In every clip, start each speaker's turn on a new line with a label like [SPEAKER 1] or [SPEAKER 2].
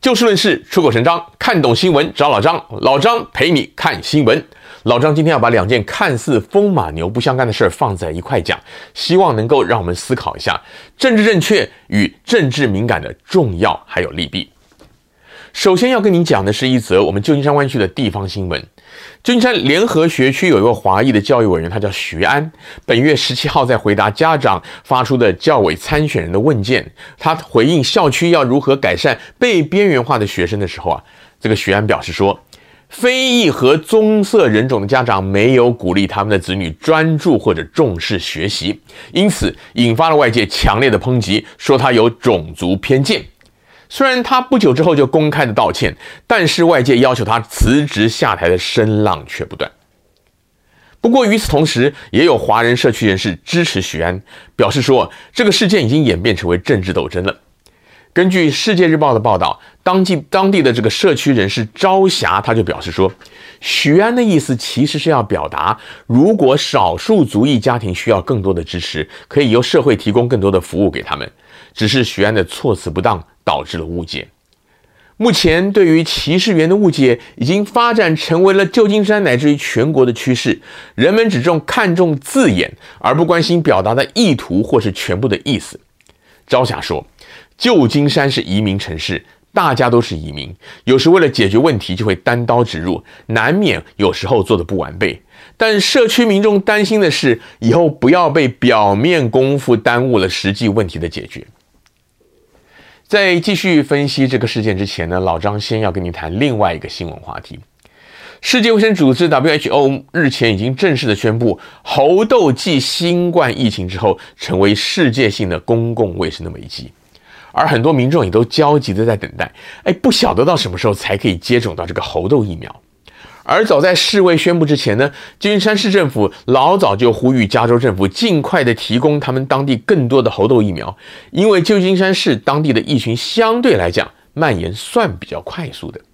[SPEAKER 1] 就事论事，出口成章，看懂新闻找老张，老张陪你看新闻。老张今天要把两件看似风马牛不相干的事放在一块讲，希望能够让我们思考一下政治正确与政治敏感的重要还有利弊。首先要跟你讲的是一则我们旧金山湾区的地方新闻。旧金山联合学区有一位华裔的教育委员，他叫徐安。本月17号在回答家长发出的教委参选人的问件，他回应校区要如何改善被边缘化的学生的时候这个徐安表示说，非裔和棕色人种的家长没有鼓励他们的子女专注或者重视学习，因此引发了外界强烈的抨击，说他有种族偏见。虽然他不久之后就公开的道歉，但是外界要求他辞职下台的声浪却不断。不过与此同时，也有华人社区人士支持许安，表示说这个事件已经演变成为政治斗争了。根据《世界日报》的报道，当地的这个社区人士朝霞他就表示说，许安的意思其实是要表达，如果少数族裔家庭需要更多的支持，可以由社会提供更多的服务给他们，只是许安的措辞不当导致了误解。目前对于歧视源的误解已经发展成为了旧金山乃至于全国的趋势，人们只看重字眼，而不关心表达的意图或是全部的意思。朝霞说，旧金山是移民城市，大家都是移民，有时为了解决问题就会单刀直入，难免有时候做得不完备。但社区民众担心的是，以后不要被表面功夫耽误了实际问题的解决。在继续分析这个事件之前呢，老张先要跟你谈另外一个新闻话题。世界卫生组织 WHO 日前已经正式的宣布，猴痘继新冠疫情之后，成为世界性的公共卫生的危机。而很多民众也都焦急的在等待，不晓得到什么时候才可以接种到这个猴痘疫苗。而早在世卫宣布之前呢，旧金山市政府老早就呼吁加州政府尽快的提供他们当地更多的猴痘疫苗，因为旧金山市当地的疫情相对来讲蔓延算比较快速的。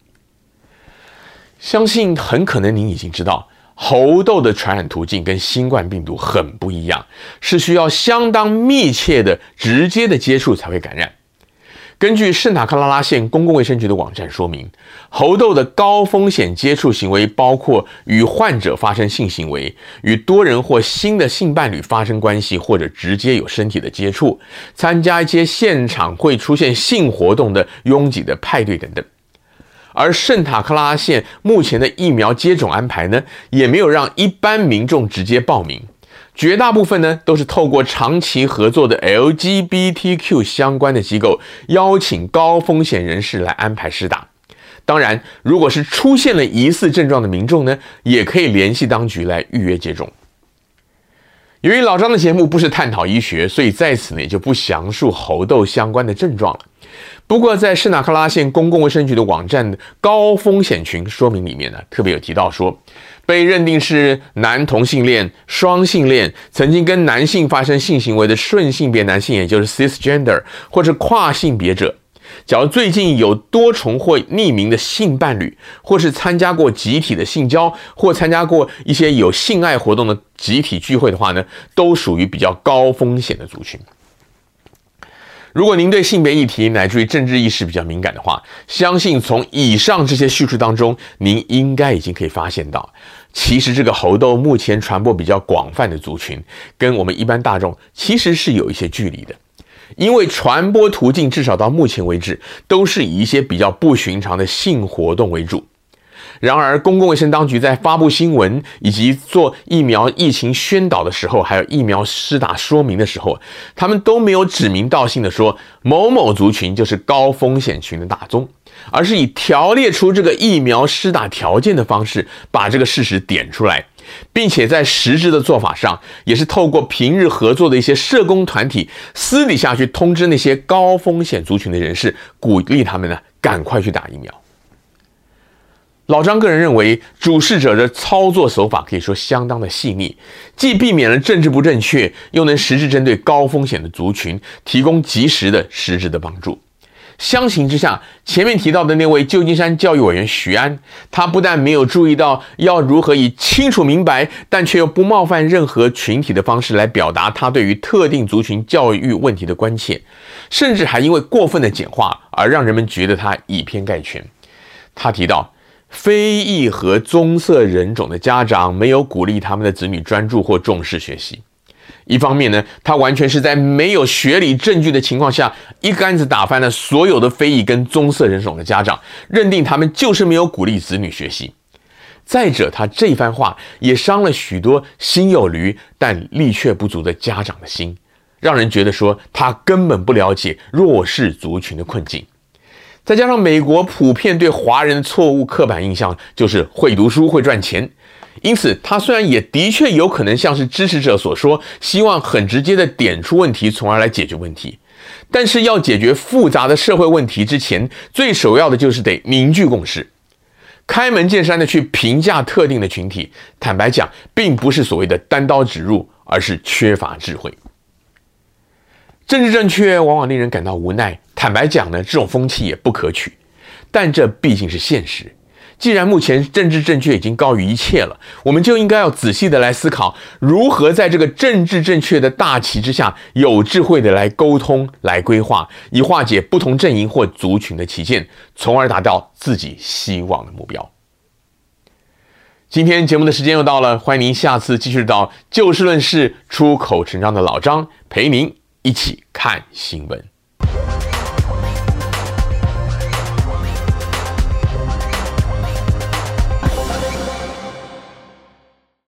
[SPEAKER 1] 相信很可能您已经知道，猴痘的传染途径跟新冠病毒很不一样，是需要相当密切的直接的接触才会感染。根据圣塔克拉拉县公共卫生局的网站说明，猴痘的高风险接触行为包括与患者发生性行为，与多人或新的性伴侣发生关系，或者直接有身体的接触，参加一些现场会出现性活动的拥挤的派对等等。而圣塔克拉拉县目前的疫苗接种安排呢，也没有让一般民众直接报名，绝大部分呢都是透过长期合作的 LGBTQ 相关的机构，邀请高风险人士来安排施打。当然，如果是出现了疑似症状的民众呢，也可以联系当局来预约接种。由于老张的节目不是探讨医学，所以在此呢也就不详述猴痘相关的症状了。不过在圣塔克拉县公共卫生局的网站的高风险群说明里面呢，特别有提到说，被认定是男同性恋、双性恋，曾经跟男性发生性行为的顺性别男性，也就是 cisgender， 或者跨性别者，假如最近有多重或匿名的性伴侣，或是参加过集体的性交，或参加过一些有性爱活动的集体聚会的话呢，都属于比较高风险的族群。如果您对性别议题乃至于政治意识比较敏感的话，相信从以上这些叙述当中，您应该已经可以发现到，其实这个猴痘目前传播比较广泛的族群，跟我们一般大众其实是有一些距离的。因为传播途径至少到目前为止，都是以一些比较不寻常的性活动为主。然而，公共卫生当局在发布新闻以及做疫苗疫情宣导的时候，还有疫苗施打说明的时候，他们都没有指名道姓的说某某族群就是高风险群的大宗，而是以条列出这个疫苗施打条件的方式把这个事实点出来，并且在实质的做法上，也是透过平日合作的一些社工团体，私底下去通知那些高风险族群的人士，鼓励他们呢赶快去打疫苗。老张个人认为，主事者的操作手法可以说相当的细腻，既避免了政治不正确，又能实质针对高风险的族群提供及时的实质的帮助。 相形之下，前面提到的那位旧金山教育委员徐安，他不但没有注意到要如何以清楚明白但却又不冒犯任何群体的方式来表达他对于特定族群教育问题的关切，甚至还因为过分的简化而让人们觉得他以偏概全。他提到，非裔和棕色人种的家长没有鼓励他们的子女专注或重视学习。一方面呢，他完全是在没有学理证据的情况下，一竿子打翻了所有的非裔跟棕色人种的家长，认定他们就是没有鼓励子女学习。再者，他这番话也伤了许多心有余但力却不足的家长的心，让人觉得说他根本不了解弱势族群的困境。再加上美国普遍对华人的错误刻板印象就是会读书会赚钱，因此他虽然也的确有可能像是支持者所说，希望很直接的点出问题从而来解决问题，但是要解决复杂的社会问题之前，最首要的就是得凝聚共识。开门见山的去评价特定的群体，坦白讲并不是所谓的单刀直入，而是缺乏智慧。政治正确往往令人感到无奈，坦白讲呢，这种风气也不可取，但这毕竟是现实。既然目前政治正确已经高于一切了，我们就应该要仔细的来思考，如何在这个政治正确的大旗之下，有智慧的来沟通、来规划，以化解不同阵营或族群的歧见，从而达到自己希望的目标。今天节目的时间又到了，欢迎您下次继续到就事论事、出口成章的老张陪您一起看新闻。